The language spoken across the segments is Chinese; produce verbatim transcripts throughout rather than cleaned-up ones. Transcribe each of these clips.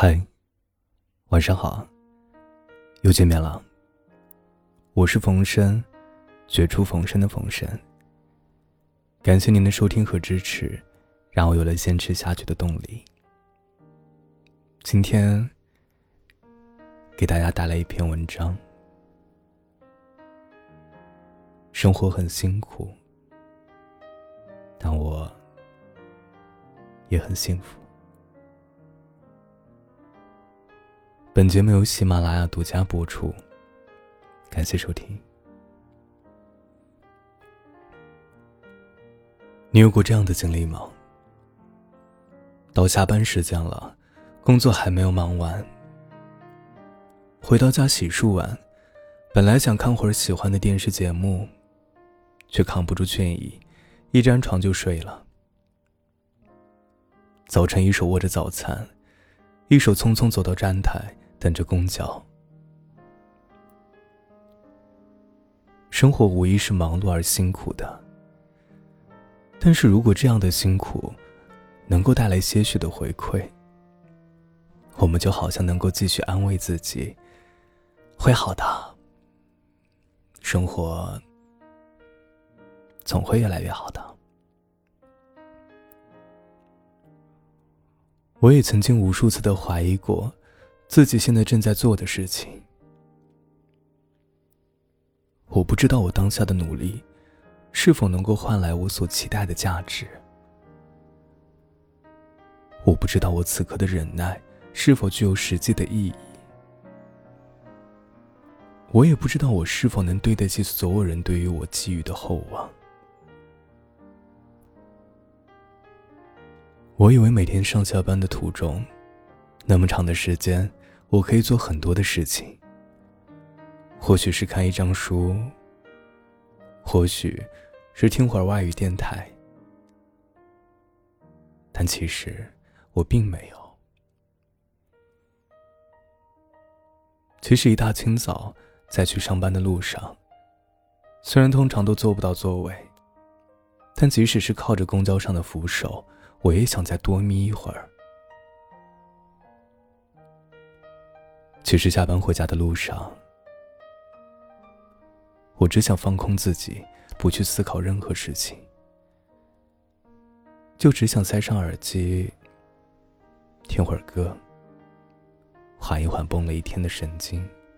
嗨，晚上好，又见面了。我是冯生，绝处逢生的冯生。感谢您的收听和支持，让我有了坚持下去的动力。今天给大家带来一篇文章。生活很辛苦，但我也很幸福。本节目由喜马拉雅独家播出，感谢收听。你有过这样的经历吗？到下班时间了，工作还没有忙完，回到家洗漱完，本来想看会儿喜欢的电视节目，却扛不住倦意，一沾床就睡了。早晨一手握着早餐，一手匆匆走到站台等着公交。生活无疑是忙碌而辛苦的，但是如果这样的辛苦能够带来些许的回馈，我们就好像能够继续安慰自己，会好的，生活总会越来越好的。我也曾经无数次的怀疑过自己现在正在做的事情。我不知道我当下的努力是否能够换来我所期待的价值。我不知道我此刻的忍耐是否具有实际的意义。我也不知道我是否能对得起所有人对于我寄予的厚望。我以为每天上下班的途中，那么长的时间，我可以做很多的事情。或许是看一张书，或许是听会儿外语电台，但其实我并没有。其实一大清早在去上班的路上，虽然通常都坐不到座位，但即使是靠着公交上的扶手，我也想再多眯一会儿。其实下班回家的路上，我只想放空自己，不去思考任何事情，就只想塞上耳机，听会儿歌，缓一缓绷了一天的神经。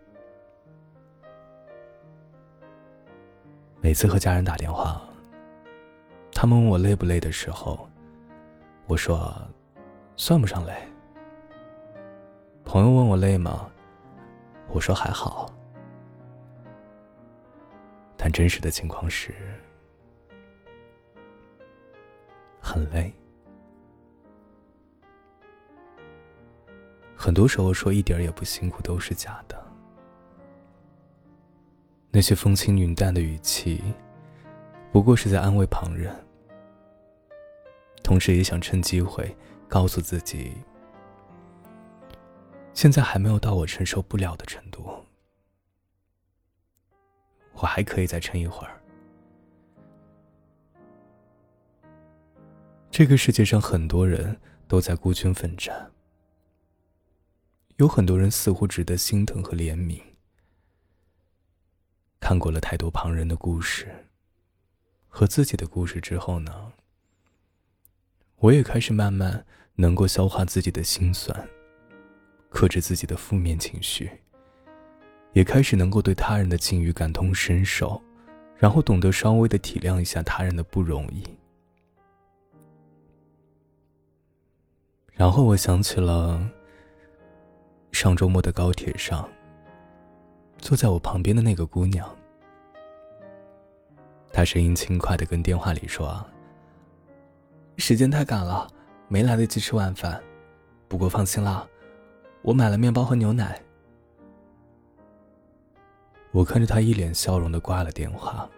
每次和家人打电话，他们问我累不累的时候，我说算不上累。朋友问我累吗？我说还好。但真实的情况是很累。很多时候说一点也不辛苦都是假的。那些风轻云淡的语气，不过是在安慰旁人，同时也想趁机会告诉自己，现在还没有到我承受不了的程度，我还可以再撑一会儿。这个世界上很多人都在孤军奋战，有很多人似乎值得心疼和怜悯。看过了太多旁人的故事和自己的故事之后呢，我也开始慢慢能够消化自己的心酸，克制自己的负面情绪，也开始能够对他人的境遇感同身受，然后懂得稍微的体谅一下他人的不容易。然后我想起了上周末的高铁上，坐在我旁边的那个姑娘，她声音轻快地跟电话里说，时间太赶了，没来得及吃晚饭，不过放心啦，我买了面包和牛奶。我看着她一脸笑容地挂了电话，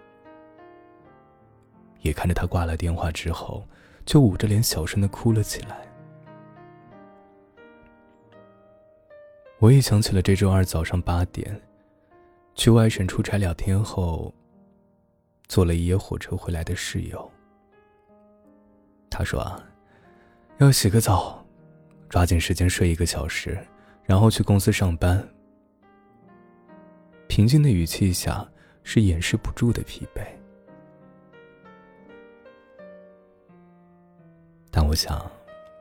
也看着她挂了电话之后就捂着脸小声地哭了起来。我也想起了这周二早上八点去外省出差两天后坐了一夜火车回来的室友。他说啊，要洗个澡， 抓紧时间睡一个小时，然后去公司上班。平静的语气下是掩饰不住的疲惫。但我想，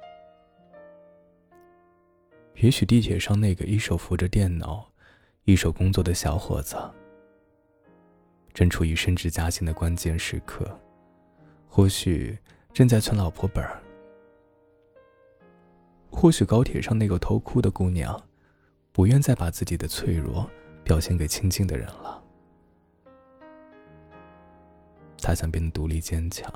也许地铁上那个一手扶着电脑一手工作的小伙子，正处于升职加薪的关键时刻，或许正在存老婆本儿，或许高铁上那个偷哭的姑娘不愿再把自己的脆弱表现给亲近的人了，她想变得独立坚强。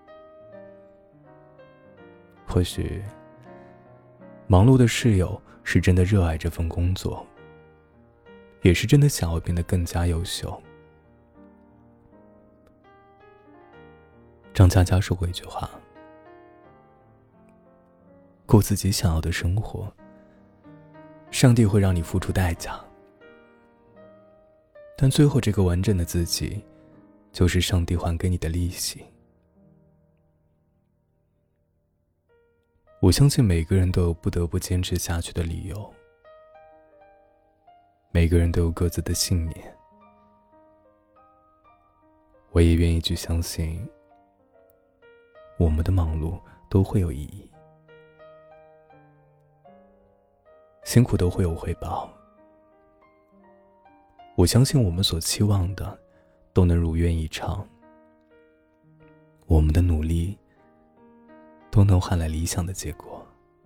或许忙碌的室友是真的热爱这份工作，也是真的想要变得更加优秀。张嘉佳说过一句话，过自己想要的生活，上帝会让你付出代价，但最后这个完整的自己，就是上帝还给你的利息。我相信每个人都有不得不坚持下去的理由，每个人都有各自的信念。我也愿意去相信，我们的忙碌都会有意义，辛苦都会有回报。我相信我们所期望的都能如愿以偿，我们的努力都能换来理想的结果。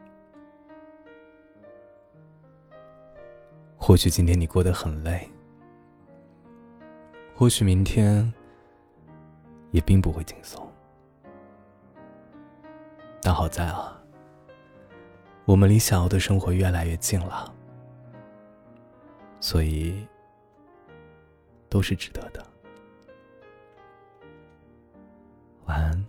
或许今天你过得很累，或许明天也并不会轻松，但好在啊，我们离想要的生活越来越近了，所以都是值得的。晚安。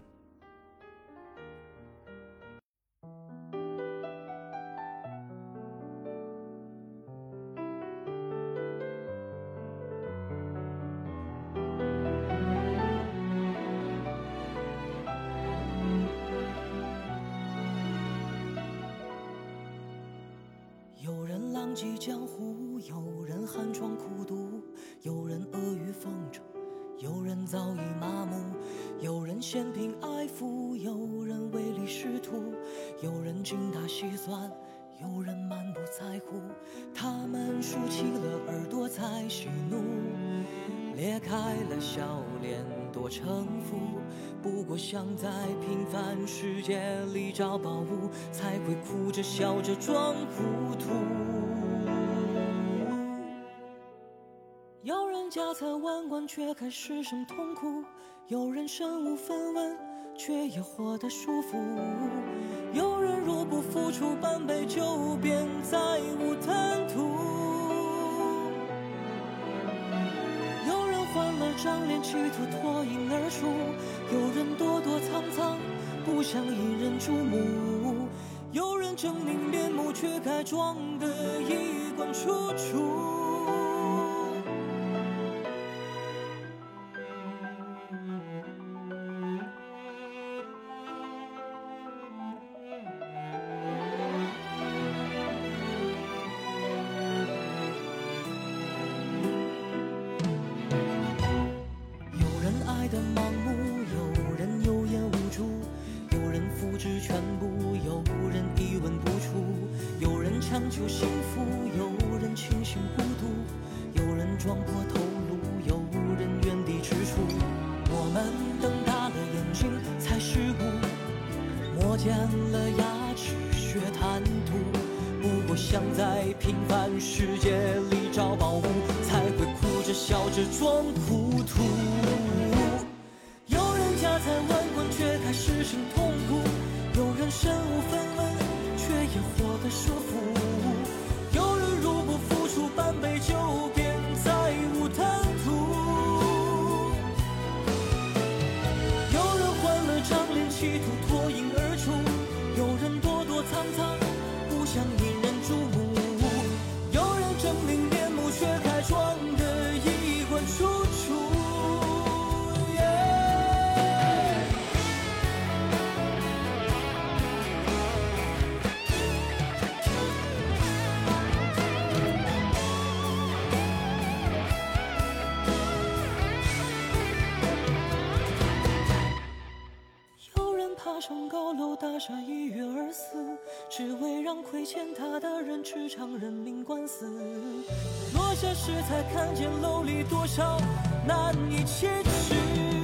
有人浪迹江湖，有人寒窗苦读，有人阿谀奉承，有人早已麻木，有人嫌贫爱富，有人唯利是图，有人精打细算，有人满不在乎。他们竖起了耳朵才喜怒，裂开了笑脸多城府。不过想在平凡世界里找宝物，才会哭着笑着装糊涂。有人家财万贯却还失声痛哭，有人身无分文却也活得舒服，有人若不付出半杯酒便再无贪图，有人换了张脸企图脱颖而出，有人躲躲藏藏不想引人注目，有人狰狞面目却该装得衣冠楚楚。爱的盲目，有人有眼无珠，有人付之全部，有人一文不出，有人强求幸福，有人清醒孤独，有人撞破头颅，有人原地踟蹰。我们瞪大了眼睛才识悟，磨尖了牙齿学贪图，不过想在平凡世界里找宝物，才会哭着笑着装糊涂。家财万贯却还失声痛哭，有人身无分文却也活得舒服，有人如不付出半杯酒便再无贪图，有人换了张脸企图脱颖而出，有人躲躲藏藏不想引人注目，有人狰狞面目却还装得衣冠楚楚。 爬上高楼大厦一跃而死，只为让亏欠他的人吃场人命官司。落下时才看见楼里多少难以启齿。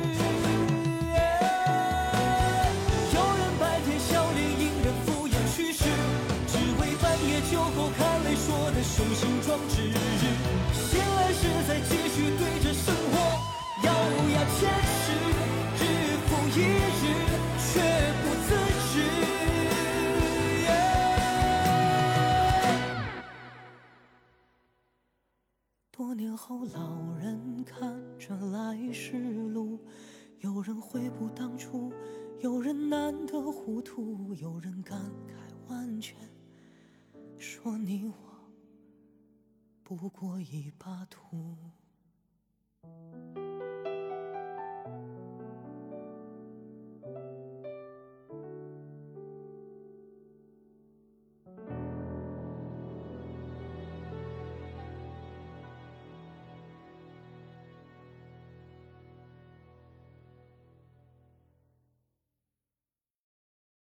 有人白天笑脸迎人敷衍去世，只为半夜酒后看泪说的雄心壮志。醒来时再继续对着生活咬牙切齿，日复一日却不自知。多年后老人看着来时路，有人悔不当初，有人难得糊涂，有人感慨万千，说你我不过一把土。